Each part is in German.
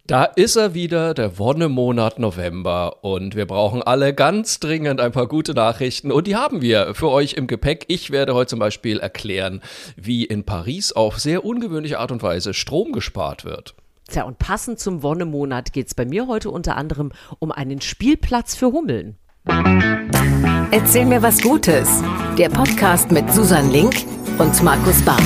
Da ist er wieder, der Wonnemonat November, und wir brauchen alle ganz dringend ein paar gute Nachrichten, und die haben wir für euch im Gepäck. Ich werde heute zum Beispiel erklären, wie in Paris auf sehr ungewöhnliche Art und Weise Strom gespart wird. Tja, und passend zum Wonnemonat geht es bei mir heute unter anderem um einen Spielplatz für Hummeln. Erzähl mir was Gutes. Der Podcast mit Susan Link und Markus Barth.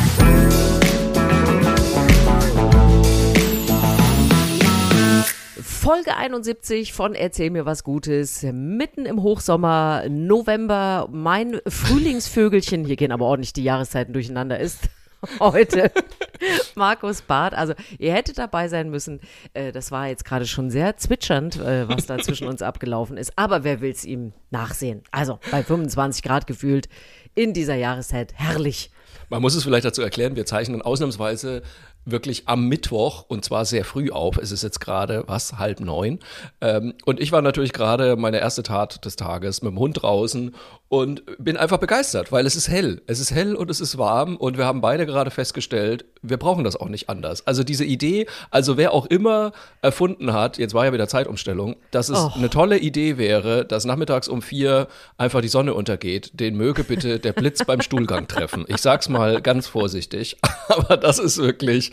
Folge 71 von Erzähl mir was Gutes, mitten im Hochsommer, November, mein Frühlingsvögelchen, hier gehen aber ordentlich die Jahreszeiten durcheinander, ist heute Markus Barth. Also ihr hättet dabei sein müssen, das war jetzt gerade schon sehr zwitschernd, was da zwischen uns abgelaufen ist, aber wer will's ihm nachsehen? Also bei 25 Grad gefühlt in dieser Jahreszeit, herrlich. Man muss es vielleicht dazu erklären, wir zeichnen ausnahmsweise wirklich am Mittwoch, und zwar sehr früh auf. Es ist jetzt gerade, 8:30. Und ich war natürlich gerade meine erste Tat des Tages mit dem Hund draußen und bin einfach begeistert, weil es ist hell. Es ist hell und es ist warm, und wir haben beide gerade festgestellt, wir brauchen das auch nicht anders. Also diese Idee, also wer auch immer erfunden hat, jetzt war ja wieder Zeitumstellung, dass es eine tolle Idee wäre, dass nachmittags um 4 einfach die Sonne untergeht, den möge bitte der Blitz beim Stuhlgang treffen. Ich sag's mal ganz vorsichtig, aber das ist wirklich,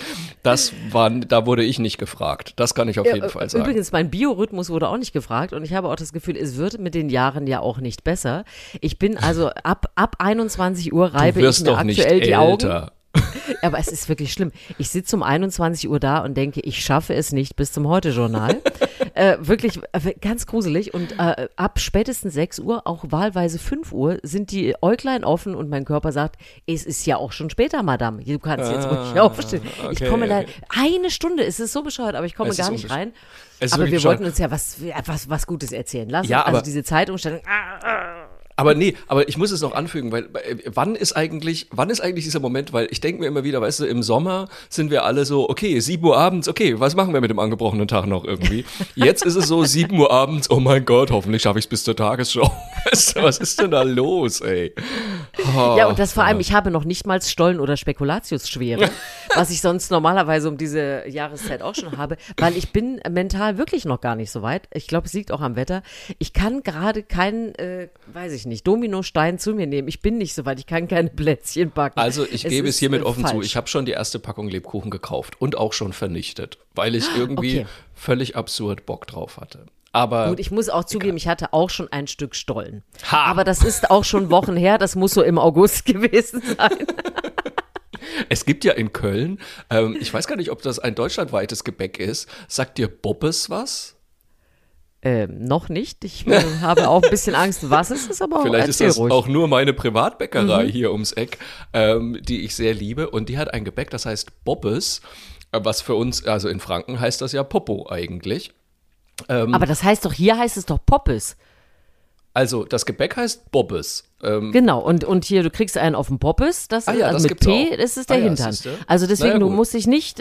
da wurde ich nicht gefragt. Das kann ich auf jeden Fall sagen. Übrigens, mein Biorhythmus wurde auch nicht gefragt, und ich habe auch das Gefühl, es wird mit den Jahren ja auch nicht besser. Ich bin also ab 21 Uhr reibe ich mir aktuell die Augen. Aber es ist wirklich schlimm. Ich sitze um 21 Uhr da und denke, ich schaffe es nicht bis zum Heute-Journal. Wirklich ganz gruselig. Und ab spätestens 6 Uhr, auch wahlweise 5 Uhr, sind die Äuglein offen und mein Körper sagt, es ist ja auch schon später, Madame. Du kannst jetzt ruhig aufstehen. Okay. Ich komme leider, eine Stunde, es ist so bescheuert, aber ich komme gar nicht rein. Aber wir wollten uns ja was Gutes erzählen lassen. Ja, also diese Zeitumstellung. Aber ich muss es noch anfügen, weil wann ist eigentlich dieser Moment, weil ich denke mir immer wieder, weißt du, im Sommer sind wir alle so, okay, 7 Uhr abends, okay, was machen wir mit dem angebrochenen Tag noch irgendwie? Jetzt ist es so 7 Uhr abends, oh mein Gott, hoffentlich schaffe ich es bis zur Tagesschau. Was ist denn da los, ey? Oh, ja, und das vor allem, ich habe noch nicht mal Stollen- oder Spekulatiusschwere, was ich sonst normalerweise um diese Jahreszeit auch schon habe, weil ich bin mental wirklich noch gar nicht so weit. Ich glaube, es liegt auch am Wetter. Ich kann gerade keinen, weiß ich nicht, Dominostein zu mir nehmen. Ich bin nicht so weit, ich kann keine Plätzchen backen. Also ich gebe es hiermit offen zu, ich habe schon die erste Packung Lebkuchen gekauft und auch schon vernichtet, weil ich irgendwie völlig absurd Bock drauf hatte. Aber gut, ich muss auch zugeben, ich hatte auch schon ein Stück Stollen. Aber das ist auch schon Wochen her, das muss so im August gewesen sein. Es gibt ja in Köln, ich weiß gar nicht, ob das ein deutschlandweites Gebäck ist, sagt dir Bobbes was? Noch nicht. Ich habe auch ein bisschen Angst, was es ist, aber vielleicht ist das ruhig. Auch nur meine Privatbäckerei hier ums Eck, die ich sehr liebe. Und die hat ein Gebäck, das heißt Bobbes, was für uns, also in Franken heißt das ja Popo eigentlich. Aber das heißt doch, hier heißt es doch Poppes. Also das Gebäck heißt Bobbes. Genau, und hier, du kriegst einen auf den Poppes, das ist das mit P, das ist der Hintern. Also deswegen, du musst dich nicht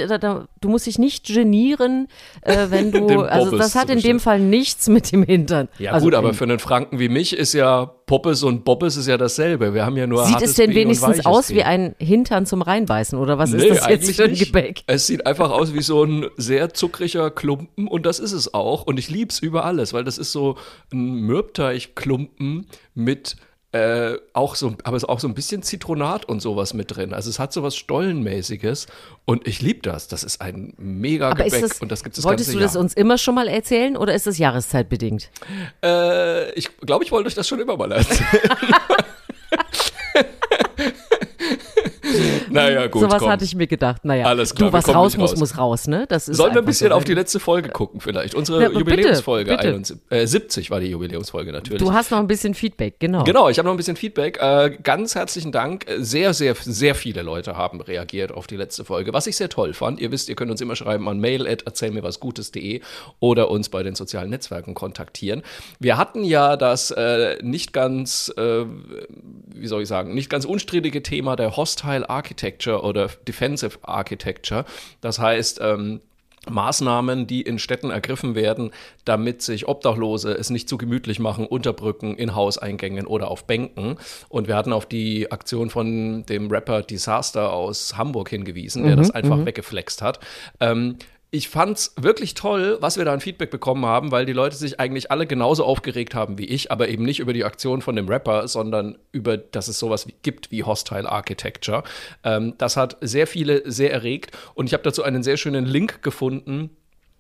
genieren, wenn du, also das hat in dem Fall nichts mit dem Hintern. Ja also gut, aber für einen Franken wie mich ist ja Poppes und Bobbes ist ja dasselbe. Wir haben ja nur Sieht es denn wenigstens aus wie ein Hintern zum Reinbeißen, oder was ist das jetzt für ein Gebäck? Es sieht einfach aus wie so ein sehr zuckriger Klumpen, und das ist es auch. Und ich lieb's über alles, weil das ist so ein Mürbteigklumpen mit aber es ist auch so ein bisschen Zitronat und sowas mit drin. Also es hat sowas Stollenmäßiges, und ich liebe das. Das ist ein mega Gebäck, und das gibt es das ganze Jahr. Wolltest du das uns immer schon mal erzählen, oder ist das jahreszeitbedingt? Ich glaube, ich wollte euch das schon immer mal erzählen. Naja, gut, sowas hatte ich mir gedacht. Naja, alles klar, du, was raus muss raus, ne? Das ist sollen wir ein bisschen so auf die letzte Folge gucken vielleicht? Unsere Jubiläumsfolge, bitte. 70 war die Jubiläumsfolge natürlich. Du hast noch ein bisschen Feedback, genau. Genau, ich habe noch ein bisschen Feedback. Ganz herzlichen Dank. Sehr, sehr, sehr viele Leute haben reagiert auf die letzte Folge, was ich sehr toll fand. Ihr wisst, ihr könnt uns immer schreiben an mail@erzählmirwasgutes.de oder uns bei den sozialen Netzwerken kontaktieren. Wir hatten ja das nicht ganz unstrittige Thema der Hostile Architecture oder Defensive Architecture. Das heißt, Maßnahmen, die in Städten ergriffen werden, damit sich Obdachlose es nicht zu gemütlich machen, unter Brücken, in Hauseingängen oder auf Bänken. Und wir hatten auf die Aktion von dem Rapper Disaster aus Hamburg hingewiesen, der das einfach weggeflext hat. ich fand's wirklich toll, was wir da an Feedback bekommen haben, weil die Leute sich eigentlich alle genauso aufgeregt haben wie ich, aber eben nicht über die Aktion von dem Rapper, sondern über, dass es sowas gibt wie Hostile Architecture. Das hat sehr viele sehr erregt und ich habe dazu einen sehr schönen Link gefunden,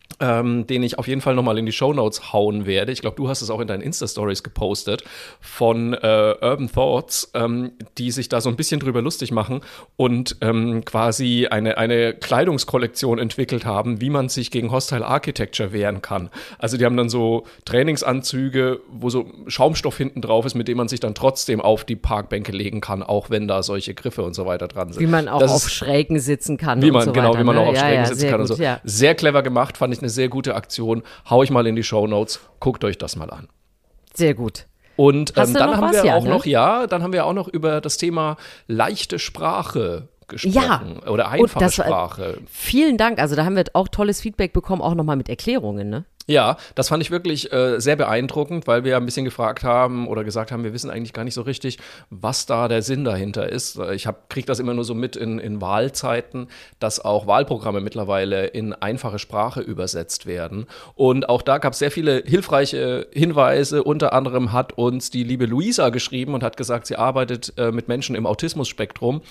den ich auf jeden Fall nochmal in die Shownotes hauen werde. Ich glaube, du hast es auch in deinen Insta-Stories gepostet von Urban Thoughts, die sich da so ein bisschen drüber lustig machen und quasi eine Kleidungskollektion entwickelt haben, wie man sich gegen Hostile Architecture wehren kann. Also die haben dann so Trainingsanzüge, wo so Schaumstoff hinten drauf ist, mit dem man sich dann trotzdem auf die Parkbänke legen kann, auch wenn da solche Griffe und so weiter dran sind. Wie man auch auf Schrägen sitzen kann und so weiter. Genau, wie man auch auf Schrägen sitzen kann gut, und so. Ja. Sehr clever gemacht, fand ich eine sehr gute Aktion. Hau ich mal in die Shownotes. Guckt euch das mal an. Sehr gut. Und dann haben wir auch noch, dann haben wir auch noch über das Thema leichte Sprache gesprochen. Oder einfache Sprache. Vielen Dank. Also da haben wir auch tolles Feedback bekommen, auch nochmal mit Erklärungen, ne? Ja, das fand ich wirklich sehr beeindruckend, weil wir ja ein bisschen gefragt haben oder gesagt haben, wir wissen eigentlich gar nicht so richtig, was da der Sinn dahinter ist. Ich kriege das immer nur so mit in Wahlzeiten, dass auch Wahlprogramme mittlerweile in einfache Sprache übersetzt werden. Und auch da gab es sehr viele hilfreiche Hinweise. Unter anderem hat uns die liebe Luisa geschrieben und hat gesagt, sie arbeitet mit Menschen im Autismus-Spektrum.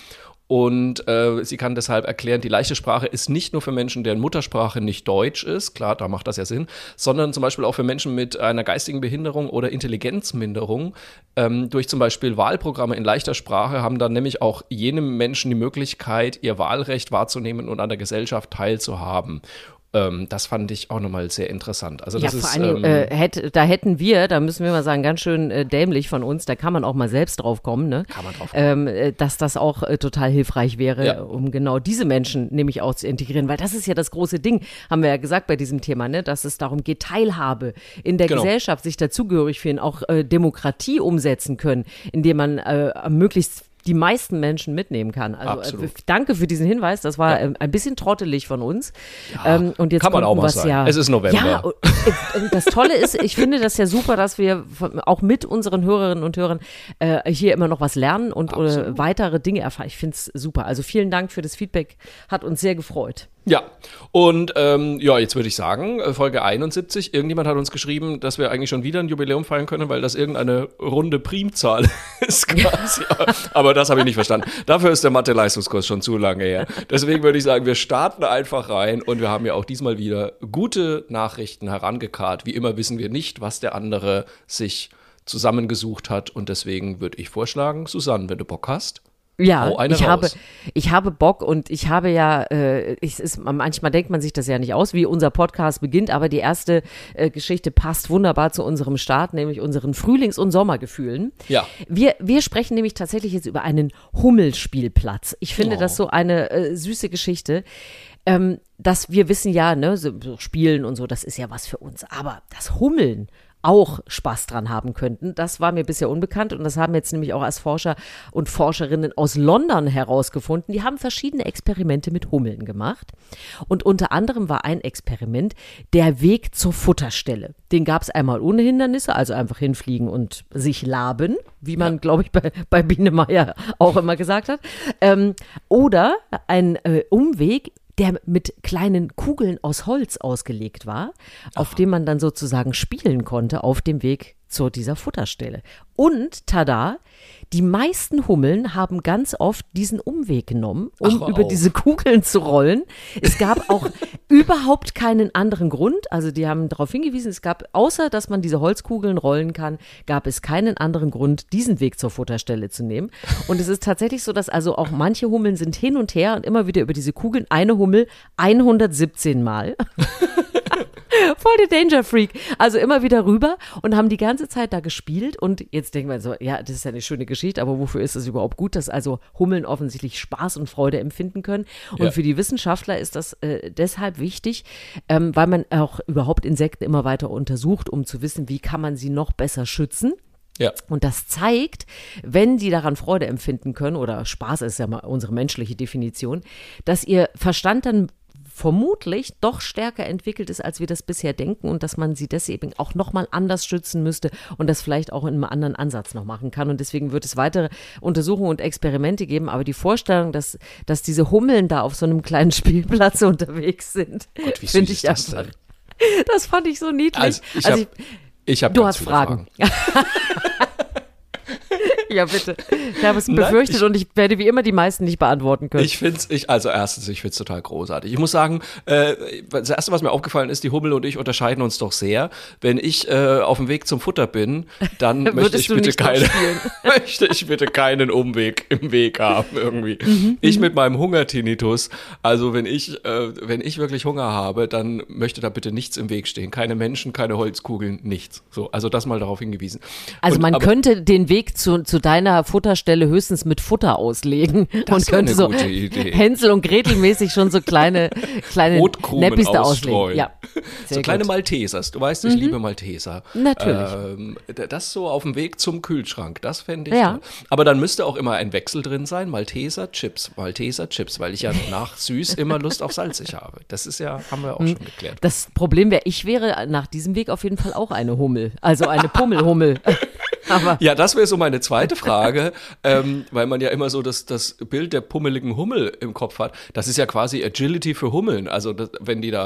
Und sie kann deshalb erklären, die leichte Sprache ist nicht nur für Menschen, deren Muttersprache nicht Deutsch ist, klar, da macht das ja Sinn, sondern zum Beispiel auch für Menschen mit einer geistigen Behinderung oder Intelligenzminderung. Durch zum Beispiel Wahlprogramme in leichter Sprache haben dann nämlich auch jene Menschen die Möglichkeit, ihr Wahlrecht wahrzunehmen und an der Gesellschaft teilzuhaben. Das fand ich auch nochmal sehr interessant. Also das vor allen Dingen, da müssen wir mal sagen, ganz schön dämlich von uns, da kann man auch mal selbst drauf kommen, ne? Kann man drauf kommen. Dass das auch total hilfreich wäre, um genau diese Menschen nämlich auch zu integrieren, weil das ist ja das große Ding, haben wir ja gesagt bei diesem Thema, ne? Dass es darum geht, Teilhabe in der Gesellschaft, sich dazugehörig fühlen, auch Demokratie umsetzen können, indem man möglichst die meisten Menschen mitnehmen kann. Also danke für diesen Hinweis, das war ein bisschen trottelig von uns. Ja, und jetzt kann man auch mal sagen. Es ist November. Ja, und das Tolle ist, ich finde das ja super, dass wir auch mit unseren Hörerinnen und Hörern hier immer noch was lernen und weitere Dinge erfahren. Ich finde es super. Also vielen Dank für das Feedback, hat uns sehr gefreut. Ja, und jetzt würde ich sagen, Folge 71, irgendjemand hat uns geschrieben, dass wir eigentlich schon wieder ein Jubiläum feiern können, weil das irgendeine runde Primzahl ist quasi. Aber das habe ich nicht verstanden. Dafür ist der Mathe-Leistungskurs schon zu lange her. Deswegen würde ich sagen, wir starten einfach rein und wir haben ja auch diesmal wieder gute Nachrichten herangekarrt. Wie immer wissen wir nicht, was der andere sich zusammengesucht hat und deswegen würde ich vorschlagen, Susanne, wenn du Bock hast. Ja, ich habe Bock und ich habe ja, manchmal denkt man sich das ja nicht aus, wie unser Podcast beginnt, aber die erste Geschichte passt wunderbar zu unserem Start, nämlich unseren Frühlings- und Sommergefühlen. Ja. Wir sprechen nämlich tatsächlich jetzt über einen Hummelspielplatz. Ich finde das so eine süße Geschichte. Dass wir wissen ja, ne, so Spielen und so, das ist ja was für uns, aber das Hummeln auch Spaß dran haben könnten. Das war mir bisher unbekannt und das haben jetzt nämlich auch als Forscher und Forscherinnen aus London herausgefunden. Die haben verschiedene Experimente mit Hummeln gemacht und unter anderem war ein Experiment der Weg zur Futterstelle. Den gab es einmal ohne Hindernisse, also einfach hinfliegen und sich laben, wie man, glaube ich, bei Biene Meier auch immer gesagt hat. Oder ein Umweg, der mit kleinen Kugeln aus Holz ausgelegt war, auf dem man dann sozusagen spielen konnte auf dem Weg zu dieser Futterstelle. Und, tada, die meisten Hummeln haben ganz oft diesen Umweg genommen, um über diese Kugeln zu rollen. Es gab auch überhaupt keinen anderen Grund, also die haben darauf hingewiesen, es gab, außer dass man diese Holzkugeln rollen kann, gab es keinen anderen Grund, diesen Weg zur Futterstelle zu nehmen. Und es ist tatsächlich so, dass also auch manche Hummeln sind hin und her und immer wieder über diese Kugeln, eine Hummel 117 Mal. Voll der Danger Freak. Also immer wieder rüber und haben die ganze Zeit da gespielt und jetzt denken wir so, ja, das ist ja eine schöne Geschichte, aber wofür ist es überhaupt gut, dass also Hummeln offensichtlich Spaß und Freude empfinden können und für die Wissenschaftler ist das deshalb wichtig, weil man auch überhaupt Insekten immer weiter untersucht, um zu wissen, wie kann man sie noch besser schützen. Ja. Und das zeigt, wenn die daran Freude empfinden können, oder Spaß ist ja mal unsere menschliche Definition, dass ihr Verstand dann vermutlich doch stärker entwickelt ist, als wir das bisher denken und dass man sie deswegen auch nochmal anders schützen müsste und das vielleicht auch in einem anderen Ansatz noch machen kann. Und deswegen wird es weitere Untersuchungen und Experimente geben. Aber die Vorstellung, dass diese Hummeln da auf so einem kleinen Spielplatz unterwegs sind, finde ich einfach. Das fand ich so niedlich. Ich hab du hast Fragen. Ja, bitte. Ich habe es befürchtet und ich werde wie immer die meisten nicht beantworten können. Ich finde es total großartig. Ich muss sagen, das Erste, was mir aufgefallen ist, die Hummel und ich unterscheiden uns doch sehr. Wenn ich auf dem Weg zum Futter bin, dann möchte ich bitte keinen Umweg im Weg haben irgendwie. Ich mit meinem Hungertinnitus, also wenn ich wirklich Hunger habe, dann möchte da bitte nichts im Weg stehen. Keine Menschen, keine Holzkugeln, nichts. So, also das mal darauf hingewiesen. Also man könnte den Weg zu deiner Futterstelle höchstens mit Futter auslegen und könnte so Hänsel und Gretel mäßig schon so kleine Nappis da auslegen. Ja, so kleine Maltesers. Du weißt, ich liebe Malteser. Natürlich. Das so auf dem Weg zum Kühlschrank, das fände ich toll. Aber dann müsste auch immer ein Wechsel drin sein, Malteser Chips, weil ich ja nach süß immer Lust auf salzig habe. Das ist ja, haben wir auch schon geklärt. Das Problem wäre, ich wäre nach diesem Weg auf jeden Fall auch eine Hummel, also eine Pummelhummel. Aber ja, das wäre so meine zweite Frage, weil man ja immer so das Bild der pummeligen Hummel im Kopf hat. Das ist ja quasi Agility für Hummeln. Also werden die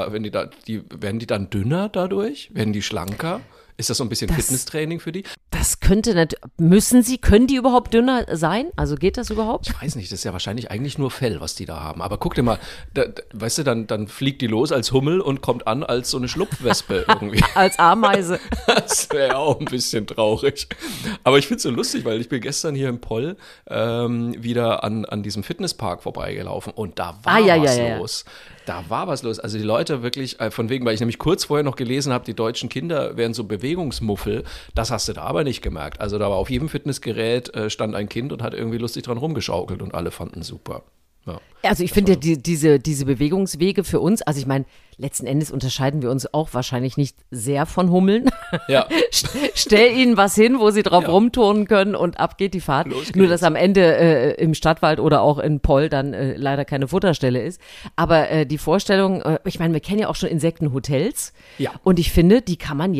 dann dünner dadurch? Werden die schlanker? Ist das so ein bisschen Fitnesstraining für die? Das könnte nicht. Können die überhaupt dünner sein? Also geht das überhaupt? Ich weiß nicht, das ist ja wahrscheinlich eigentlich nur Fell, was die da haben. Aber guck dir mal, weißt du, dann fliegt die los als Hummel und kommt an als so eine Schlupfwespe irgendwie. Als Ameise. Das wäre auch ein bisschen traurig. Aber ich finde es so lustig, weil ich bin gestern hier im Poll wieder an diesem Fitnesspark vorbeigelaufen und da war was los. Da war was los. Also die Leute wirklich, von wegen, weil ich nämlich kurz vorher noch gelesen habe, die deutschen Kinder wären so Bewegungsmuffel. Das hast du da aber nicht gemerkt. Also da war auf jedem Fitnessgerät stand ein Kind und hat irgendwie lustig dran rumgeschaukelt und alle fanden super. Ja, also ich finde ja diese Bewegungswege für uns, also ich meine, letzten Endes unterscheiden wir uns auch wahrscheinlich nicht sehr von Hummeln. Ja. Stell ihnen was hin, wo sie drauf rumturnen können und ab geht die Fahrt. Nur, dass am Ende im Stadtwald oder auch in Poll dann leider keine Futterstelle ist. Aber die Vorstellung, ich meine, wir kennen ja auch schon Insektenhotels. Ja. Und ich finde, die kann man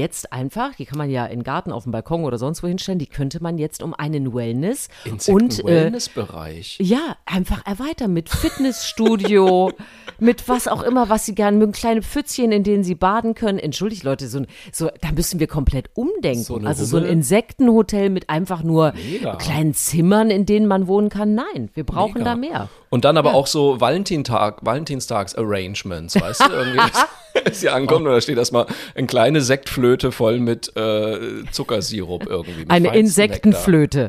ja in den Garten, auf dem Balkon oder sonst wo hinstellen, die könnte man jetzt um einen Wellness-Bereich. Ja, einfach erweitern mit Fitnessstudio, mit was auch immer, was sie gerne mögen, kleine Pfützchen, in denen sie baden können. Entschuldigt, Leute, da müssen wir komplett umdenken. So ein Insektenhotel mit einfach nur kleinen Zimmern, in denen man wohnen kann. Nein, wir brauchen da mehr. Und dann aber auch so Valentinstags-Arrangements, weißt du? Irgendwie, dass sie ankommen und da steht erstmal eine kleine Sektflöte voll mit Zuckersirup irgendwie. Mit eine Insektenflöte.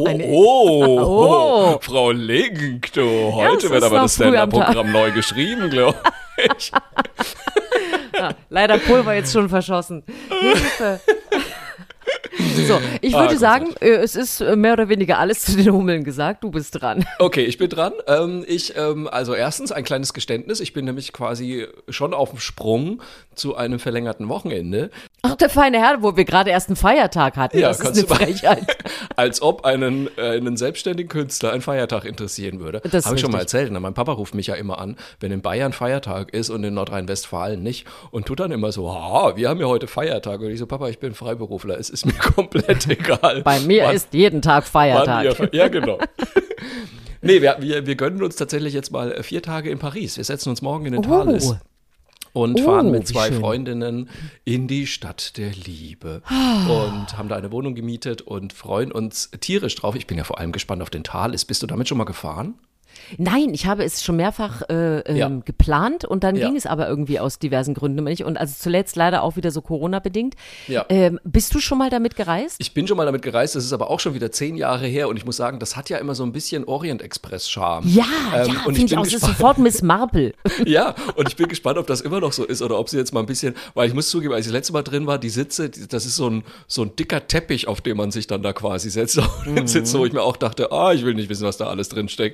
Frau Link, du. Heute wird aber das Stand-Up-Programm neu geschrieben, glaube ich. Ja, leider Pulver jetzt schon verschossen. Hilfe. So, ich würde sagen, es ist mehr oder weniger alles zu den Hummeln gesagt. Du bist dran. Okay, ich bin dran. Also erstens ein kleines Geständnis. Ich bin nämlich quasi schon auf dem Sprung zu einem verlängerten Wochenende. Ach, der feine Herr, wo wir gerade erst einen Feiertag hatten. Ja, das ist eine Frechheit. Als ob einen selbstständigen Künstler ein Feiertag interessieren würde. Das habe ich schon mal erzählt. Mein Papa ruft mich ja immer an, wenn in Bayern Feiertag ist und in Nordrhein-Westfalen nicht. Und tut dann immer so, wir haben ja heute Feiertag. Und ich so, Papa, ich bin Freiberufler. Es ist mir komplett egal. Bei mir ist jeden Tag Feiertag. Ja, genau. Nee, wir gönnen uns tatsächlich jetzt mal 4 Tage in Paris. Wir setzen uns morgen in den Thales. Und fahren mit 2 Freundinnen in die Stadt der Liebe und haben da eine Wohnung gemietet und freuen uns tierisch drauf. Ich bin ja vor allem gespannt auf den Thales. Bist du damit schon mal gefahren? Nein, ich habe es schon mehrfach geplant und dann ging es aber irgendwie aus diversen Gründen nicht. Und also zuletzt leider auch wieder so Corona-bedingt. Ja. Bist du schon mal damit gereist? Ich bin schon mal damit gereist, das ist aber auch schon wieder 10 Jahre her und ich muss sagen, das hat ja immer so ein bisschen Orient-Express-Charme. Ja, finde ich auch, das ist sofort Miss Marple. Ja, und ich bin gespannt, ob das immer noch so ist oder ob sie jetzt mal ein bisschen, weil ich muss zugeben, als ich das letzte Mal drin war, die Sitze, das ist so ein dicker Teppich, auf dem man sich dann da quasi setzt. Und sitzt, wo ich mir auch dachte, ich will nicht wissen, was da alles drin steckt.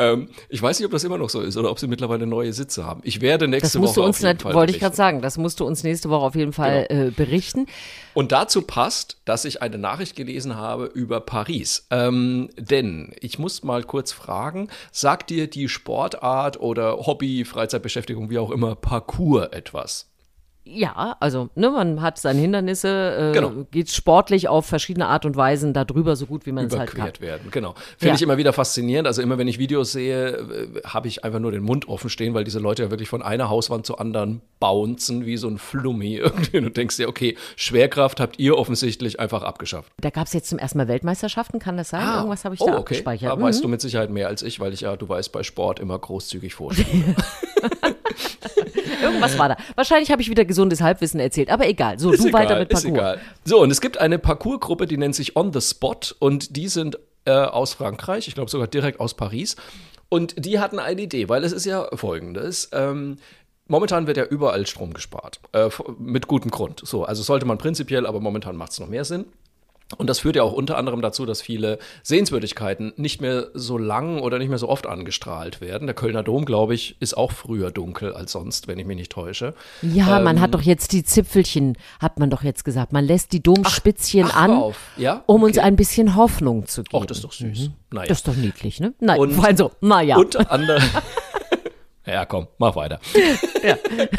Ich weiß nicht, ob das immer noch so ist oder ob sie mittlerweile neue Sitze haben. Ich werde nächste Woche auf jeden Fall wollte ich gerade sagen, das musst du uns nächste Woche auf jeden Fall berichten. Und dazu passt, dass ich eine Nachricht gelesen habe über Paris. Denn ich muss mal kurz fragen, sagt dir die Sportart oder Hobby, Freizeitbeschäftigung, wie auch immer, Parkour etwas? Ja, also man hat seine Hindernisse, geht sportlich auf verschiedene Art und Weisen darüber so gut, wie man es halt kann. Überquert werden, genau. Finde ich immer wieder faszinierend. Also immer, wenn ich Videos sehe, habe ich einfach nur den Mund offen stehen, weil diese Leute ja wirklich von einer Hauswand zur anderen bouncen, wie so ein Flummi irgendwie. Und du denkst dir, okay, Schwerkraft habt ihr offensichtlich einfach abgeschafft. Da gab es jetzt zum ersten Mal Weltmeisterschaften, kann das sein? Irgendwas habe ich da abgespeichert. Da weißt du mit Sicherheit mehr als ich, weil ich du weißt, bei Sport immer großzügig vorstelle. Irgendwas war da. Wahrscheinlich habe ich wieder gesundes Halbwissen erzählt, aber egal. So, du weiter mit Parkour. Ist egal. So, und es gibt eine Parkour-Gruppe, die nennt sich On the Spot und die sind aus Frankreich, ich glaube sogar direkt aus Paris. Und die hatten eine Idee, weil es ist ja folgendes. Momentan wird ja überall Strom gespart. Mit gutem Grund. So, also sollte man prinzipiell, aber momentan macht es noch mehr Sinn. Und das führt ja auch unter anderem dazu, dass viele Sehenswürdigkeiten nicht mehr so lang oder nicht mehr so oft angestrahlt werden. Der Kölner Dom, glaube ich, ist auch früher dunkel als sonst, wenn ich mich nicht täusche. Ja, man hat doch jetzt die Zipfelchen, hat man doch jetzt gesagt. Man lässt die Domspitzchen an, um uns ein bisschen Hoffnung zu geben. Ach, das ist doch süß. Naja. Das ist doch niedlich, ne? Nein, also, naja. Unter anderem. Ja, komm, mach weiter. Ja.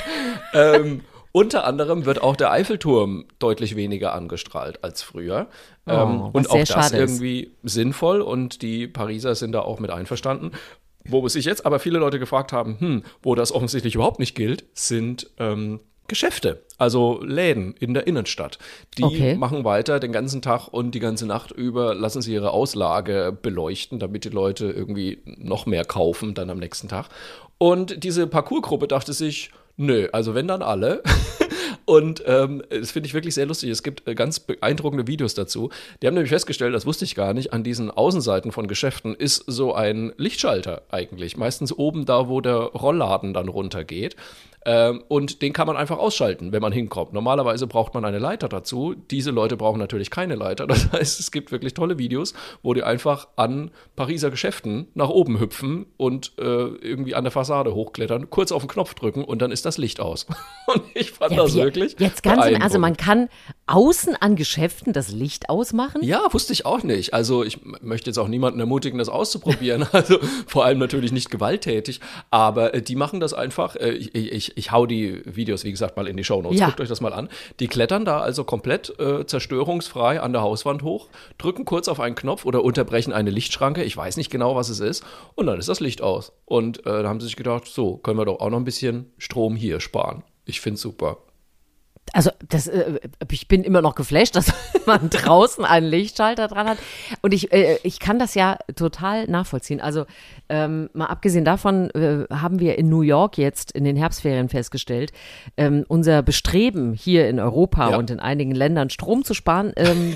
Unter anderem wird auch der Eiffelturm deutlich weniger angestrahlt als früher. Und auch das irgendwie sinnvoll und die Pariser sind da auch mit einverstanden. Wo sich jetzt aber viele Leute gefragt haben, wo das offensichtlich überhaupt nicht gilt, sind Geschäfte, also Läden in der Innenstadt. Die machen weiter den ganzen Tag und die ganze Nacht über, lassen sie ihre Auslage beleuchten, damit die Leute irgendwie noch mehr kaufen dann am nächsten Tag. Und diese Parkour-Gruppe dachte sich, nö, also wenn dann alle. Und das finde ich wirklich sehr lustig. Es gibt ganz beeindruckende Videos dazu. Die haben nämlich festgestellt, das wusste ich gar nicht, an diesen Außenseiten von Geschäften ist so ein Lichtschalter eigentlich. Meistens oben da, wo der Rollladen dann runtergeht. Und den kann man einfach ausschalten, wenn man hinkommt. Normalerweise braucht man eine Leiter dazu. Diese Leute brauchen natürlich keine Leiter. Das heißt, es gibt wirklich tolle Videos, wo die einfach an Pariser Geschäften nach oben hüpfen und irgendwie an der Fassade hochklettern, kurz auf den Knopf drücken und dann ist das Licht aus. Und ich fand das wirklich jetzt ganz also man kann außen an Geschäften das Licht ausmachen? Ja, wusste ich auch nicht. Also ich möchte jetzt auch niemanden ermutigen, das auszuprobieren. Also vor allem natürlich nicht gewalttätig. Aber die machen das einfach. Ich hau die Videos, wie gesagt, mal in die Shownotes. Guckt euch das mal an. Die klettern da also komplett zerstörungsfrei an der Hauswand hoch, drücken kurz auf einen Knopf oder unterbrechen eine Lichtschranke. Ich weiß nicht genau, was es ist. Und dann ist das Licht aus. Und da haben sie sich gedacht, so, können wir doch auch noch ein bisschen Strom hier sparen. Ich finde es super. Also ich bin immer noch geflasht, dass man draußen einen Lichtschalter dran hat. Und ich kann das ja total nachvollziehen. Also mal abgesehen davon haben wir in New York jetzt in den Herbstferien festgestellt, unser Bestreben hier in Europa und in einigen Ländern Strom zu sparen,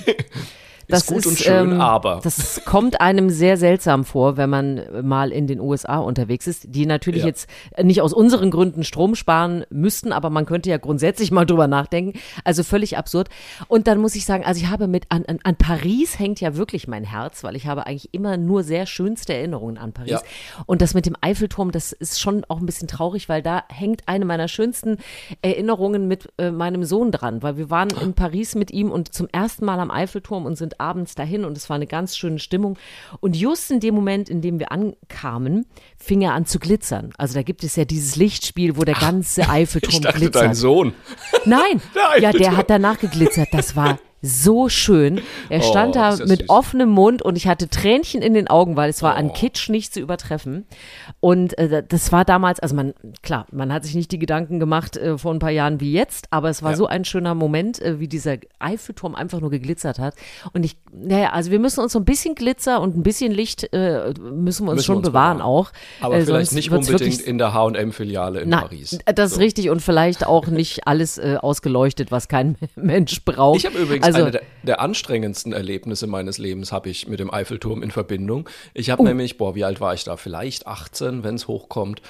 das ist gut und schön, aber. Das kommt einem sehr seltsam vor, wenn man mal in den USA unterwegs ist, die natürlich jetzt nicht aus unseren Gründen Strom sparen müssten, aber man könnte ja grundsätzlich mal drüber nachdenken. Also völlig absurd. Und dann muss ich sagen, also ich habe an Paris hängt ja wirklich mein Herz, weil ich habe eigentlich immer nur sehr schönste Erinnerungen an Paris. Ja. Und das mit dem Eiffelturm, das ist schon auch ein bisschen traurig, weil da hängt eine meiner schönsten Erinnerungen mit meinem Sohn dran, weil wir waren in Paris mit ihm und zum ersten Mal am Eiffelturm und sind abends dahin und es war eine ganz schöne Stimmung. Und just in dem Moment, in dem wir ankamen, fing er an zu glitzern. Also da gibt es ja dieses Lichtspiel, wo der ganze Eiffelturm glitzert. Ich dachte, dein Sohn. Nein, der hat danach geglitzert. Das war so schön. Er stand da mit süß. Offenem Mund und ich hatte Tränchen in den Augen, weil es war an Kitsch nicht zu übertreffen. Und das war damals, also man hat sich nicht die Gedanken gemacht vor ein paar Jahren wie jetzt, aber es war so ein schöner Moment, wie dieser Eiffelturm einfach nur geglitzert hat. Und also wir müssen uns so ein bisschen Glitzer und ein bisschen Licht müssen wir uns schon bewahren auch. Aber vielleicht nicht unbedingt in der H&M-Filiale in Paris. Das ist richtig und vielleicht auch nicht alles ausgeleuchtet, was kein Mensch braucht. Ich habe übrigens eine der anstrengendsten Erlebnisse meines Lebens habe ich mit dem Eiffelturm in Verbindung. Ich habe nämlich, wie alt war ich da? Vielleicht 18, wenn es hochkommt,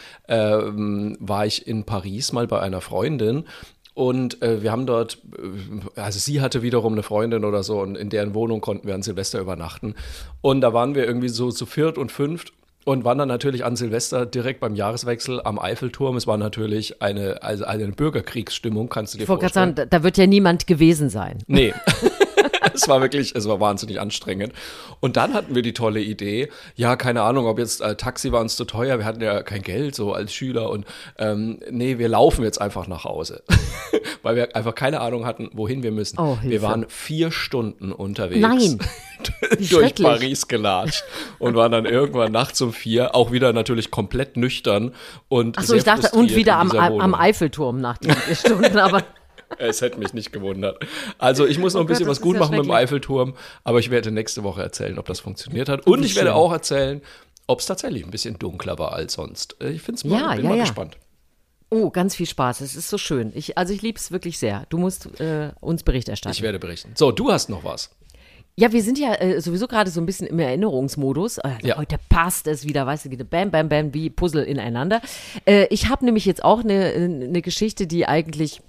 war ich in Paris mal bei einer Freundin. Und wir haben dort, also sie hatte wiederum eine Freundin oder so und in deren Wohnung konnten wir an Silvester übernachten. Und da waren wir irgendwie so zu viert und fünft. und waren dann natürlich an Silvester direkt beim Jahreswechsel am Eiffelturm. Es war natürlich eine Bürgerkriegsstimmung, kannst du dir vorstellen. Ich wollte gerade sagen, da wird ja niemand gewesen sein. Nee. Es war wahnsinnig anstrengend. Und dann hatten wir die tolle Idee, ja, keine Ahnung, ob jetzt Taxi war uns zu teuer, wir hatten ja kein Geld so als Schüler und nee, wir laufen jetzt einfach nach Hause, weil wir einfach keine Ahnung hatten, wohin wir müssen. Oh, wir waren 4 Stunden unterwegs. Nein. durch Paris gelatscht und waren dann irgendwann nachts um 4, auch wieder natürlich komplett nüchtern und Ach so, ich dachte, und wieder am Eiffelturm nach den 4 Stunden, aber es hätte mich nicht gewundert. Also ich muss noch ein bisschen was gut machen mit dem Eiffelturm, aber ich werde nächste Woche erzählen, ob das funktioniert hat. Und ich werde auch erzählen, ob es tatsächlich ein bisschen dunkler war als sonst. Ich bin mal gespannt. Oh, ganz viel Spaß. Es ist so schön. Ich liebe es wirklich sehr. Du musst uns Bericht erstatten. Ich werde berichten. So, du hast noch was. Ja, wir sind ja sowieso gerade so ein bisschen im Erinnerungsmodus. Heute passt es wieder, weißt du, geht bam, bam, bam, wie Puzzle ineinander. Ich habe nämlich jetzt auch eine Geschichte, die eigentlich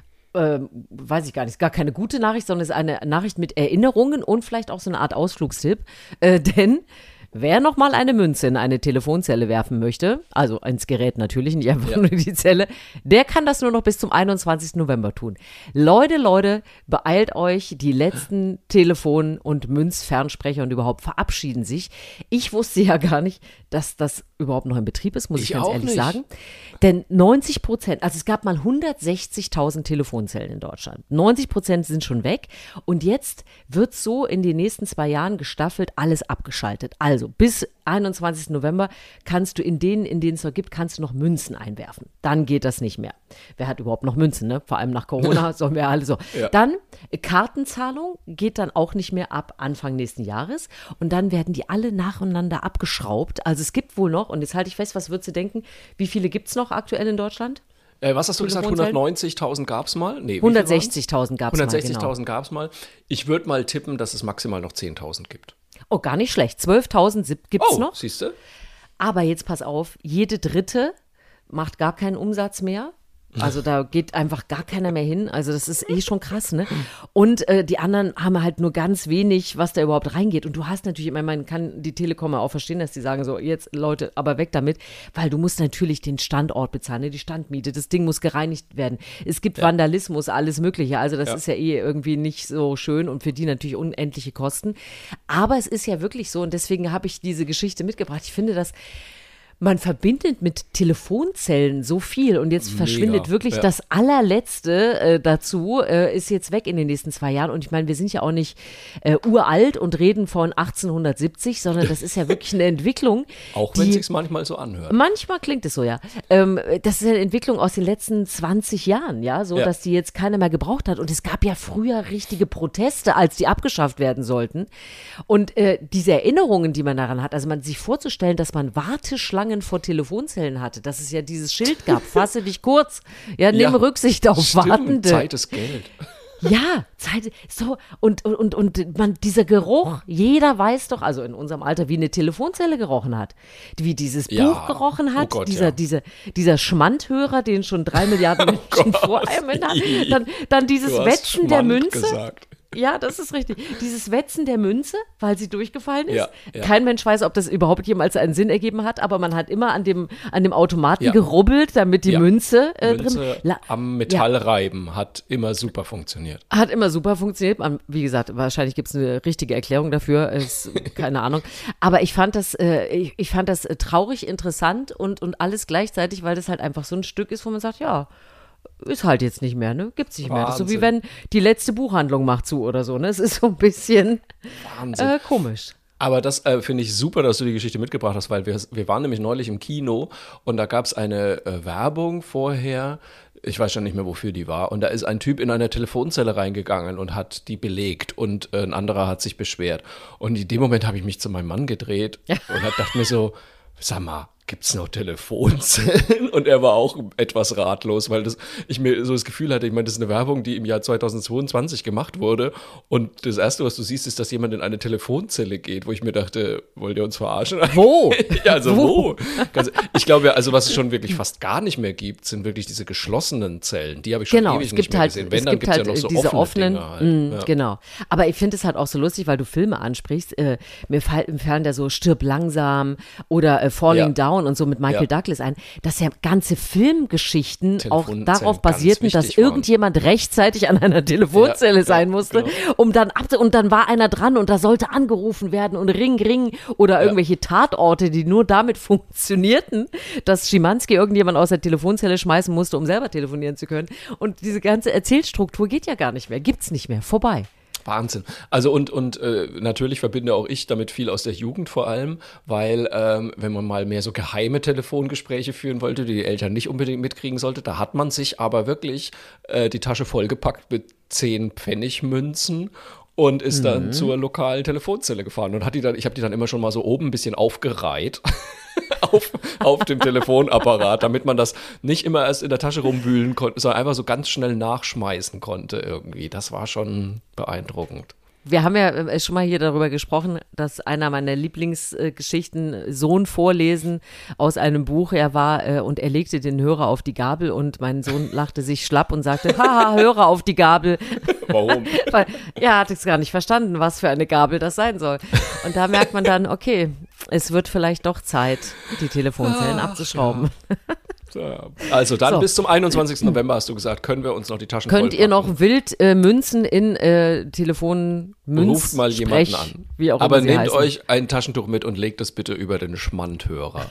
weiß ich gar nicht, ist gar keine gute Nachricht, sondern ist eine Nachricht mit Erinnerungen und vielleicht auch so eine Art Ausflugstipp. Denn wer noch mal eine Münze in eine Telefonzelle werfen möchte, also ins Gerät natürlich, nicht einfach nur die Zelle, der kann das nur noch bis zum 21. November tun. Leute, beeilt euch, die letzten Telefon- und Münzfernsprecher und überhaupt verabschieden sich. Ich wusste ja gar nicht, dass das überhaupt noch in Betrieb ist, muss ich ganz ehrlich sagen. Denn 90%, also es gab mal 160.000 Telefonzellen in Deutschland. 90% sind schon weg und jetzt wird so in den nächsten 2 Jahren gestaffelt alles abgeschaltet. Also bis 21. November kannst du in denen es noch gibt, kannst du noch Münzen einwerfen. Dann geht das nicht mehr. Wer hat überhaupt noch Münzen, ne? Vor allem nach Corona sollen wir alle so. Ja. Dann Kartenzahlung geht dann auch nicht mehr ab Anfang nächsten Jahres und dann werden die alle nacheinander abgeschraubt. Also es gibt wohl noch, und jetzt halte ich fest, was würdest du denken, wie viele gibt es noch aktuell in Deutschland? Was hast du gesagt, 190.000 gab es mal? Nee, 160.000 gab es mal, 160.000 gab es mal. Ich würde mal tippen, dass es maximal noch 10.000 gibt. Oh, gar nicht schlecht. 12.000 gibt es noch. Siehst du? Aber jetzt pass auf, jede dritte macht gar keinen Umsatz mehr. Also da geht einfach gar keiner mehr hin. Also das ist schon krass, ne? Und die anderen haben halt nur ganz wenig, was da überhaupt reingeht. Und du hast natürlich, man kann die Telekom auch verstehen, dass die sagen so, jetzt Leute, aber weg damit. Weil du musst natürlich den Standort bezahlen, ne? Die Standmiete, das Ding muss gereinigt werden. Es gibt Vandalismus, alles Mögliche. Also das ist ja irgendwie nicht so schön und für die natürlich unendliche Kosten. Aber es ist ja wirklich so und deswegen habe ich diese Geschichte mitgebracht. Ich finde das... Man verbindet mit Telefonzellen so viel und jetzt verschwindet wirklich das allerletzte dazu, ist jetzt weg in den nächsten 2 Jahren und ich meine, wir sind ja auch nicht uralt und reden von 1870, sondern das ist ja wirklich eine Entwicklung. Auch wenn es sich manchmal so anhört. Manchmal klingt es so, ja. Das ist eine Entwicklung aus den letzten 20 Jahren, dass die jetzt keiner mehr gebraucht hat und es gab ja früher richtige Proteste, als die abgeschafft werden sollten und diese Erinnerungen, die man daran hat, also man sich vorzustellen, dass man Warteschlangen vor Telefonzellen hatte, dass es ja dieses Schild gab, fasse dich kurz, nimm Rücksicht auf Wartende. Zeit ist Geld. Ja, Zeit, so, und dieser Geruch, jeder weiß doch, also in unserem Alter, wie eine Telefonzelle gerochen hat, wie dieses Buch gerochen hat, dieser Schmandhörer, den schon 3 Milliarden Menschen vor einem hatten, dann dieses Wetzen der Münze. Gesagt. Ja, das ist richtig. Dieses Wetzen der Münze, weil sie durchgefallen ist. Ja. Kein Mensch weiß, ob das überhaupt jemals einen Sinn ergeben hat, aber man hat immer an dem Automaten gerubbelt, damit die Münze drin... am Metallreiben hat immer super funktioniert. Wie gesagt, wahrscheinlich gibt es eine richtige Erklärung dafür, keine Ahnung. Aber ich fand das traurig, interessant und alles gleichzeitig, weil das halt einfach so ein Stück ist, wo man sagt, ist halt jetzt nicht mehr, ne? Gibt's nicht mehr. Das ist so wie wenn die letzte Buchhandlung macht zu oder so, ne? Es ist so ein bisschen komisch. Aber das finde ich super, dass du die Geschichte mitgebracht hast, weil wir waren nämlich neulich im Kino und da gab es eine Werbung vorher, ich weiß schon nicht mehr, wofür die war, und da ist ein Typ in eine Telefonzelle reingegangen und hat die belegt und ein anderer hat sich beschwert. Und in dem Moment habe ich mich zu meinem Mann gedreht und dachte mir so, sag mal, gibt's noch Telefonzellen? Und er war auch etwas ratlos, weil ich mir so das Gefühl hatte, ich meine, das ist eine Werbung, die im Jahr 2022 gemacht wurde. Und das Erste, was du siehst, ist, dass jemand in eine Telefonzelle geht, wo ich mir dachte, wollt ihr uns verarschen? Wo? Ja, also wo? Ich glaube, also was es schon wirklich fast gar nicht mehr gibt, sind wirklich diese geschlossenen Zellen. Die habe ich schon ewig nicht mehr gesehen. Wenn, dann gibt es ja noch so diese offenen Dinge halt. Ja. Genau. Aber ich finde es halt auch so lustig, weil du Filme ansprichst. Mir fallen da so Stirb langsam oder Falling Down und so mit Michael Douglas ein, dass ja ganze Filmgeschichten auch darauf basierten, dass irgendjemand rechtzeitig an einer Telefonzelle sein musste, genau. Und dann war einer dran und da sollte angerufen werden und Ring oder irgendwelche Tatorte, die nur damit funktionierten, dass Schimanski irgendjemand aus der Telefonzelle schmeißen musste, um selber telefonieren zu können. Und diese ganze Erzählstruktur geht ja gar nicht mehr, gibt's nicht mehr, vorbei. Wahnsinn. Also und natürlich verbinde auch ich damit viel aus der Jugend vor allem, weil wenn man mal mehr so geheime Telefongespräche führen wollte, die Eltern nicht unbedingt mitkriegen sollte, da hat man sich aber wirklich die Tasche vollgepackt mit 10 Pfennigmünzen und ist dann zur lokalen Telefonzelle gefahren und ich habe die dann immer schon mal so oben ein bisschen aufgereiht. auf dem Telefonapparat, damit man das nicht immer erst in der Tasche rumwühlen konnte, sondern einfach so ganz schnell nachschmeißen konnte irgendwie. Das war schon beeindruckend. Wir haben ja schon mal hier darüber gesprochen, dass einer meiner Lieblingsgeschichten Sohn vorlesen aus einem Buch. Er war und er legte den Hörer auf die Gabel und mein Sohn lachte sich schlapp und sagte, haha, Hörer auf die Gabel. Warum? Weil er hat es gar nicht verstanden, was für eine Gabel das sein soll. Und da merkt man dann, okay, es wird vielleicht doch Zeit, die Telefonzellen abzuschrauben. Ja. Also dann bis zum 21. November, hast du gesagt, können wir uns noch die Taschen Könnt ihr noch wild Münzen in Ruft mal jemanden an. Wie auch aber immer nehmt heißen. euch ein Taschentuch mit und legt es bitte über den Schmandhörer.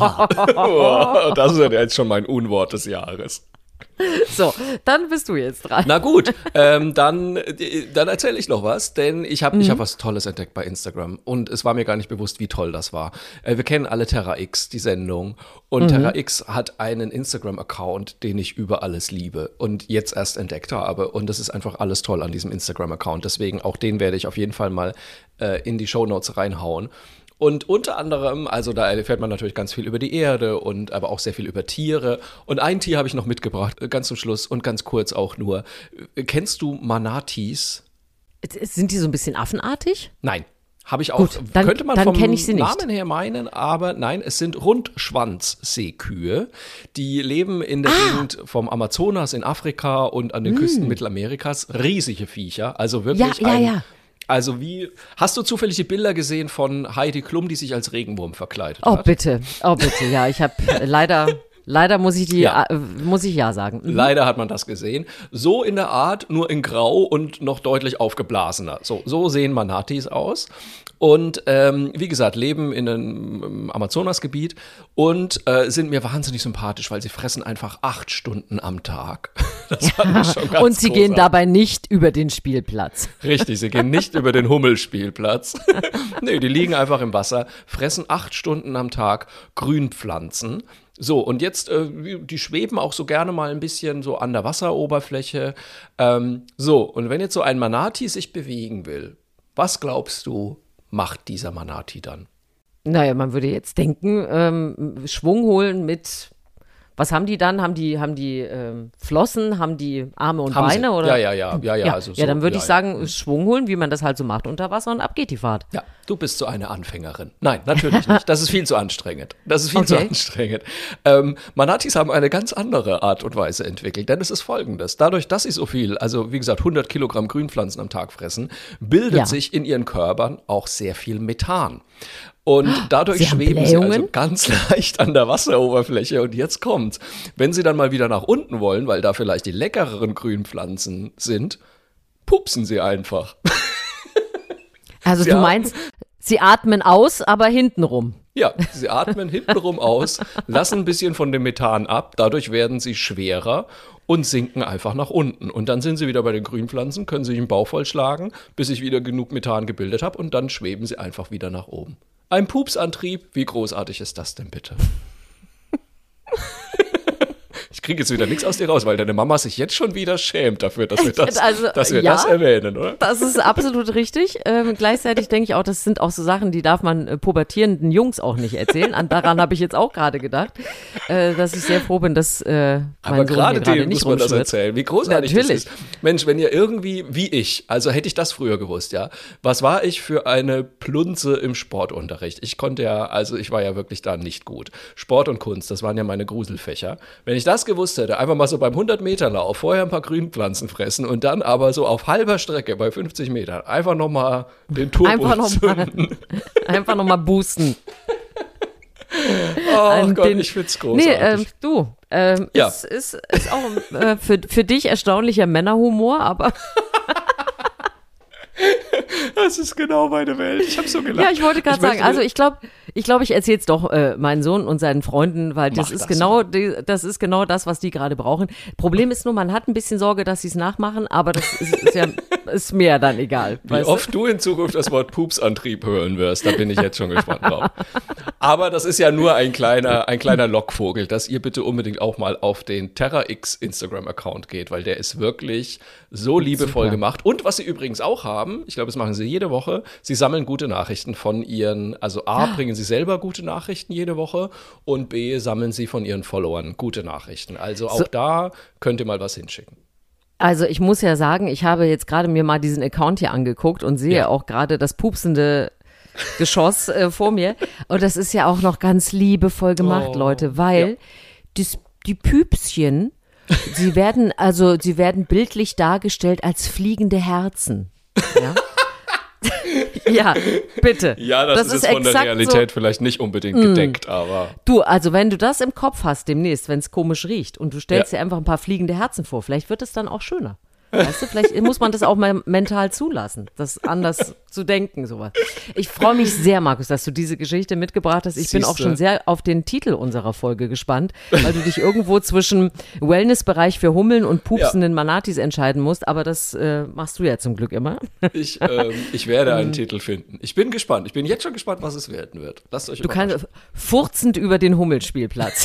Das ist ja jetzt schon mein Unwort des Jahres. So, dann bist du jetzt dran. Na gut, dann erzähle ich noch was, denn ich hab was Tolles entdeckt bei Instagram und es war mir gar nicht bewusst, wie toll das war. Wir kennen alle Terra X, die Sendung, und Terra X hat einen Instagram-Account, den ich über alles liebe und jetzt erst entdeckt habe, und das ist einfach alles toll an diesem Instagram-Account, deswegen auch den werde ich auf jeden Fall mal in die Shownotes reinhauen. Und unter anderem, also da erfährt man natürlich ganz viel über die Erde und aber auch sehr viel über Tiere. Und ein Tier habe ich noch mitgebracht, ganz zum Schluss und ganz kurz auch nur. Kennst du Manatis? Sind die so ein bisschen affenartig? Nein. Habe ich auch. Gut, dann, könnte man dann vom kenn ich sie nicht. Namen her meinen, aber nein, es sind Rundschwanzseekühe. Die leben in der Gegend vom Amazonas in Afrika und an den Küsten Mittelamerikas. Riesige Viecher, also wirklich ja. Also hast du zufällig die Bilder gesehen von Heidi Klum, die sich als Regenwurm verkleidet hat? Oh bitte, ja, ich habe leider muss ich ja sagen. Leider hat man das gesehen. So in der Art, nur in Grau und noch deutlich aufgeblasener. So sehen Manatis aus. Und wie gesagt, leben in einem Amazonasgebiet und sind mir wahnsinnig sympathisch, weil sie fressen einfach 8 Stunden am Tag. Das fand ich schon ganz Und sie gehen dabei nicht über den Spielplatz. Richtig, sie gehen nicht über den Hummelspielplatz. Nee, die liegen einfach im Wasser, fressen 8 Stunden am Tag Grünpflanzen. So, und jetzt, die schweben auch so gerne mal ein bisschen so an der Wasseroberfläche. So, und wenn jetzt so ein Manati sich bewegen will, was glaubst du, macht dieser Manati dann? Naja, man würde jetzt denken, Schwung holen mit, was haben die dann? Haben die Flossen, haben die Arme und Beine? Sie. Oder? Ja. Also so, dann würde ich sagen, Schwung holen, wie man das halt so macht unter Wasser, und ab geht die Fahrt. Ja, du bist so eine Anfängerin. Nein, natürlich nicht. Das ist viel zu anstrengend. Manatis haben eine ganz andere Art und Weise entwickelt, denn es ist Folgendes. Dadurch, dass sie so viel, also wie gesagt 100 Kilogramm Grünpflanzen am Tag fressen, bildet sich in ihren Körpern auch sehr viel Methan. Und dadurch schweben sie also ganz leicht an der Wasseroberfläche. Und jetzt kommt's. Wenn sie dann mal wieder nach unten wollen, weil da vielleicht die leckereren Grünpflanzen sind, pupsen sie einfach. Also du meinst, sie atmen aus, aber hintenrum. Ja, sie atmen hintenrum aus, lassen ein bisschen von dem Methan ab, dadurch werden sie schwerer und sinken einfach nach unten. Und dann sind sie wieder bei den Grünpflanzen, können sich den Bauch vollschlagen, bis ich wieder genug Methan gebildet habe, und dann schweben sie einfach wieder nach oben. Ein Pupsantrieb, wie großartig ist das denn bitte? Ich kriege jetzt wieder nichts aus dir raus, weil deine Mama sich jetzt schon wieder schämt dafür, dass wir das erwähnen, oder? Das ist absolut richtig. Gleichzeitig denke ich auch, das sind auch so Sachen, die darf man pubertierenden Jungs auch nicht erzählen. Daran habe ich jetzt auch gerade gedacht, dass ich sehr froh bin, dass mein Sohn gerade denen muss man das erzählen. Wie großartig Natürlich. das ist. Mensch, wenn ihr irgendwie, wie ich, also hätte ich das früher gewusst, ja. Was war ich für eine Plunze im Sportunterricht? Ich war ja wirklich da nicht gut. Sport und Kunst, das waren ja meine Gruselfächer. Wenn ich das gewusst hätte, einfach mal so beim 100-Meter-Lauf vorher ein paar Grünpflanzen fressen und dann aber so auf halber Strecke bei 50 Metern einfach nochmal den Turbo zünden. Einfach nochmal boosten. Oh Gott, ich find's großartig. Es ist auch für dich erstaunlicher Männerhumor, aber das ist genau meine Welt. Ich habe so gelacht. Ja, ich wollte gerade sagen, also ich glaube, ich erzähle es doch meinen Sohn und seinen Freunden, weil das ist genau das, was die gerade brauchen. Problem ist nur, man hat ein bisschen Sorge, dass sie es nachmachen, aber das ist mir dann egal. Wie oft du in Zukunft das Wort Pupsantrieb hören wirst, da bin ich jetzt schon gespannt drauf. Aber das ist ja nur ein kleiner Lockvogel, dass ihr bitte unbedingt auch mal auf den TerraX Instagram-Account geht, weil der ist wirklich so liebevoll gemacht. Und was sie übrigens auch haben, ich glaube, das machen sie jede Woche, sie sammeln gute Nachrichten von ihren, also A, bringen sie selber gute Nachrichten jede Woche und B, sammeln sie von ihren Followern gute Nachrichten. Also auch da könnt ihr mal was hinschicken. Also ich muss ja sagen, ich habe jetzt gerade mir mal diesen Account hier angeguckt und sehe auch gerade das pupsende Geschoss vor mir. Und das ist ja auch noch ganz liebevoll gemacht, Leute, weil die Püpschen, sie werden bildlich dargestellt als fliegende Herzen. Ja? Ja, bitte. Ja, das ist von der Realität so, vielleicht nicht unbedingt gedeckt, aber. Du, also wenn du das im Kopf hast demnächst, wenn es komisch riecht und du stellst dir einfach ein paar fliegende Herzen vor, vielleicht wird es dann auch schöner. Weißt du, vielleicht muss man das auch mal mental zulassen, das anders zu denken, sowas. Ich freue mich sehr, Markus, dass du diese Geschichte mitgebracht hast. Ich bin auch schon sehr auf den Titel unserer Folge gespannt, weil du dich irgendwo zwischen Wellnessbereich für Hummeln und pupsenden Manatis entscheiden musst, aber das machst du ja zum Glück immer. Ich werde einen Titel finden. Ich bin gespannt. Ich bin jetzt schon gespannt, was es werden wird. Lasst euch überraschen. Du kannst furzend über den Hummelspielplatz.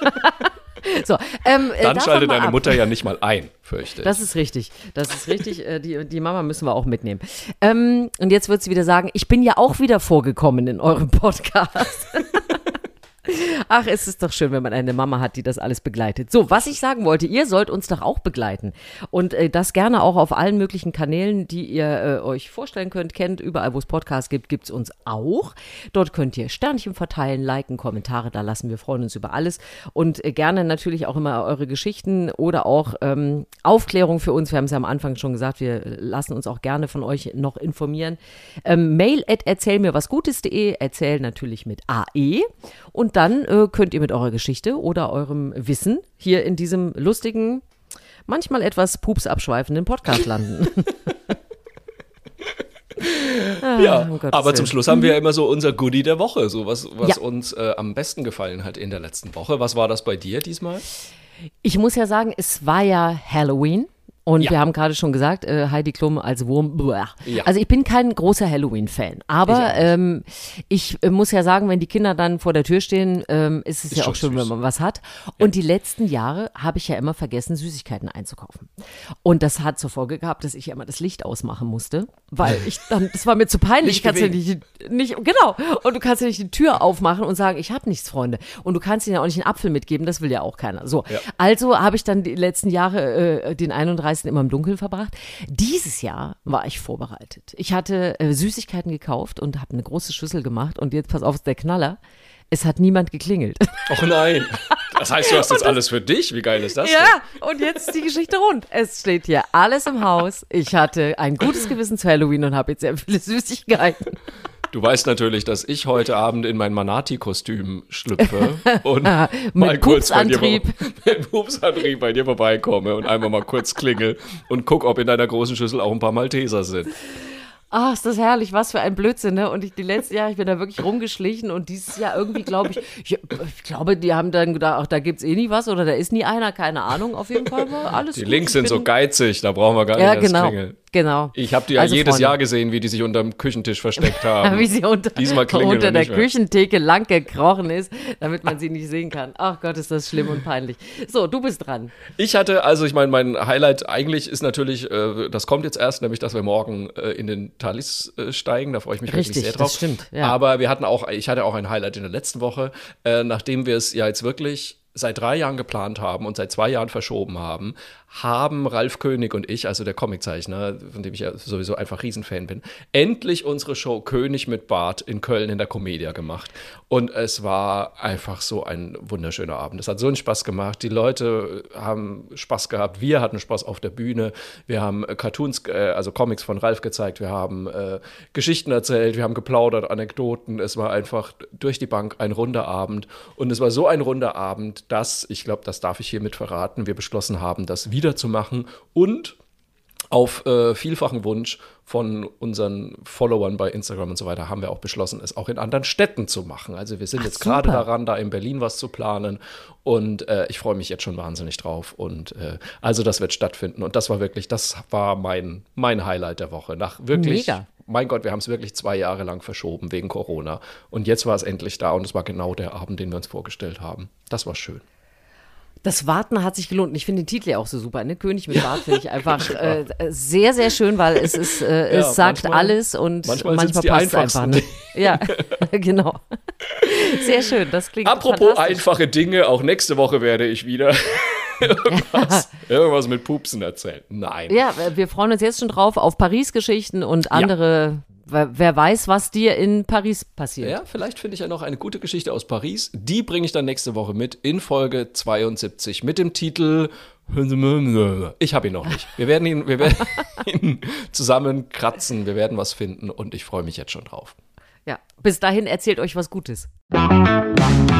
So, dann schaltet deine Mutter ja nicht mal ein, fürchte ich. Das ist richtig. Die Mama müssen wir auch mitnehmen. Und jetzt wird sie wieder sagen, ich bin ja auch wieder vorgekommen in eurem Podcast. Ach, es ist doch schön, wenn man eine Mama hat, die das alles begleitet. So, was ich sagen wollte, ihr sollt uns doch auch begleiten. Und das gerne auch auf allen möglichen Kanälen, die ihr euch vorstellen könnt, kennt. Überall, wo es Podcasts gibt, gibt es uns auch. Dort könnt ihr Sternchen verteilen, liken, Kommentare da lassen. Wir freuen uns über alles. Und gerne natürlich auch immer eure Geschichten oder auch Aufklärung für uns. Wir haben es ja am Anfang schon gesagt, wir lassen uns auch gerne von euch noch informieren. mail@erzählmirwasgutes.de, erzähl natürlich mit AE. Und dann könnt ihr mit eurer Geschichte oder eurem Wissen hier in diesem lustigen, manchmal etwas pupsabschweifenden Podcast landen. Aber zum Schluss haben wir ja immer so unser Goodie der Woche, so was uns am besten gefallen hat in der letzten Woche. Was war das bei dir diesmal? Ich muss ja sagen, es war ja Halloween. Und wir haben gerade schon gesagt, Heidi Klum als Wurm. Ja. Also ich bin kein großer Halloween-Fan. Aber ich muss ja sagen, wenn die Kinder dann vor der Tür stehen, ist es ja auch schön, wenn man was hat. Und die letzten Jahre habe ich ja immer vergessen, Süßigkeiten einzukaufen. Und das hat zur Folge gehabt, dass ich ja immer das Licht ausmachen musste. Weil das war mir zu peinlich. Genau. Und du kannst ja nicht die Tür aufmachen und sagen, ich habe nichts, Freunde. Und du kannst ihnen ja auch nicht einen Apfel mitgeben, das will ja auch keiner. So. Ja. Also habe ich dann die letzten Jahre den 31. immer im Dunkeln verbracht. Dieses Jahr war ich vorbereitet. Ich hatte Süßigkeiten gekauft und habe eine große Schüssel gemacht und jetzt, pass auf, der Knaller, es hat niemand geklingelt. Och nein, das heißt, du hast jetzt alles für dich? Wie geil ist das denn? Und jetzt ist die Geschichte rund. Es steht hier alles im Haus. Ich hatte ein gutes Gewissen zu Halloween und habe jetzt sehr viele Süßigkeiten. Du weißt natürlich, dass ich heute Abend in mein Manati-Kostüm schlüpfe und mal kurz mit Pupsantrieb bei dir vorbeikomme und einmal mal kurz klingel und guck, ob in deiner großen Schüssel auch ein paar Malteser sind. Ah, ist das herrlich, was für ein Blödsinn, ne? Und die letzten Jahre, ich bin da wirklich rumgeschlichen und dieses Jahr irgendwie, ich glaube, die haben dann gedacht, ach, da gibt's eh nie was oder da ist nie einer, keine Ahnung, auf jeden Fall war alles Die gut. Links sind so geizig, da brauchen wir gar nicht erst klingeln. Genau. Ich habe die ja jedes Jahr gesehen, wie die sich unterm Küchentisch versteckt haben. Wie sie Diesmal unter der Küchentheke lang gekrochen ist, damit man sie nicht sehen kann. Ach Gott, ist das schlimm und peinlich. So, du bist dran. Mein Highlight eigentlich ist natürlich, das kommt jetzt erst, nämlich, dass wir morgen in den Thalys steigen. Da freue ich mich wirklich sehr drauf. Das stimmt. Ja. Aber ich hatte auch ein Highlight in der letzten Woche, nachdem wir es ja jetzt wirklich seit 3 Jahren geplant haben und seit 2 Jahren verschoben haben Ralf König und ich, also der Comiczeichner, von dem ich ja sowieso einfach Riesenfan bin, endlich unsere Show König mit Bart in Köln in der Comedia gemacht. Und es war einfach so ein wunderschöner Abend. Es hat so einen Spaß gemacht. Die Leute haben Spaß gehabt. Wir hatten Spaß auf der Bühne. Wir haben Cartoons, also Comics von Ralf gezeigt. Wir haben Geschichten erzählt. Wir haben geplaudert, Anekdoten. Es war einfach durch die Bank ein runder Abend. Und es war so ein runder Abend, dass, ich glaube, das darf ich hiermit verraten, wir beschlossen haben, das wieder zu machen und auf vielfachen Wunsch von unseren Followern bei Instagram und so weiter haben wir auch beschlossen, es auch in anderen Städten zu machen. Also wir sind jetzt gerade daran, da in Berlin was zu planen und ich freue mich jetzt schon wahnsinnig drauf und also das wird stattfinden und das war mein Highlight der Woche. Nach wirklich, Mega. Mein Gott, wir haben es wirklich 2 Jahre lang verschoben wegen Corona und jetzt war es endlich da und es war genau der Abend, den wir uns vorgestellt haben. Das war schön. Das Warten hat sich gelohnt. Und ich finde den Titel ja auch so super. Ne? König mit Bart finde ich einfach sehr, sehr schön, weil es ist, es sagt alles und manchmal passt es einfach. Ne? Ja, genau. Sehr schön, das klingt Apropos einfache Dinge, auch nächste Woche werde ich wieder irgendwas mit Pupsen erzählen. Nein. Ja, wir freuen uns jetzt schon drauf auf Paris-Geschichten und andere. Wer weiß, was dir in Paris passiert. Ja, vielleicht finde ich ja noch eine gute Geschichte aus Paris. Die bringe ich dann nächste Woche mit in Folge 72 mit dem Titel Ich habe ihn noch nicht. Wir werden ihn zusammen kratzen. Wir werden was finden und ich freue mich jetzt schon drauf. Ja, bis dahin erzählt euch was Gutes.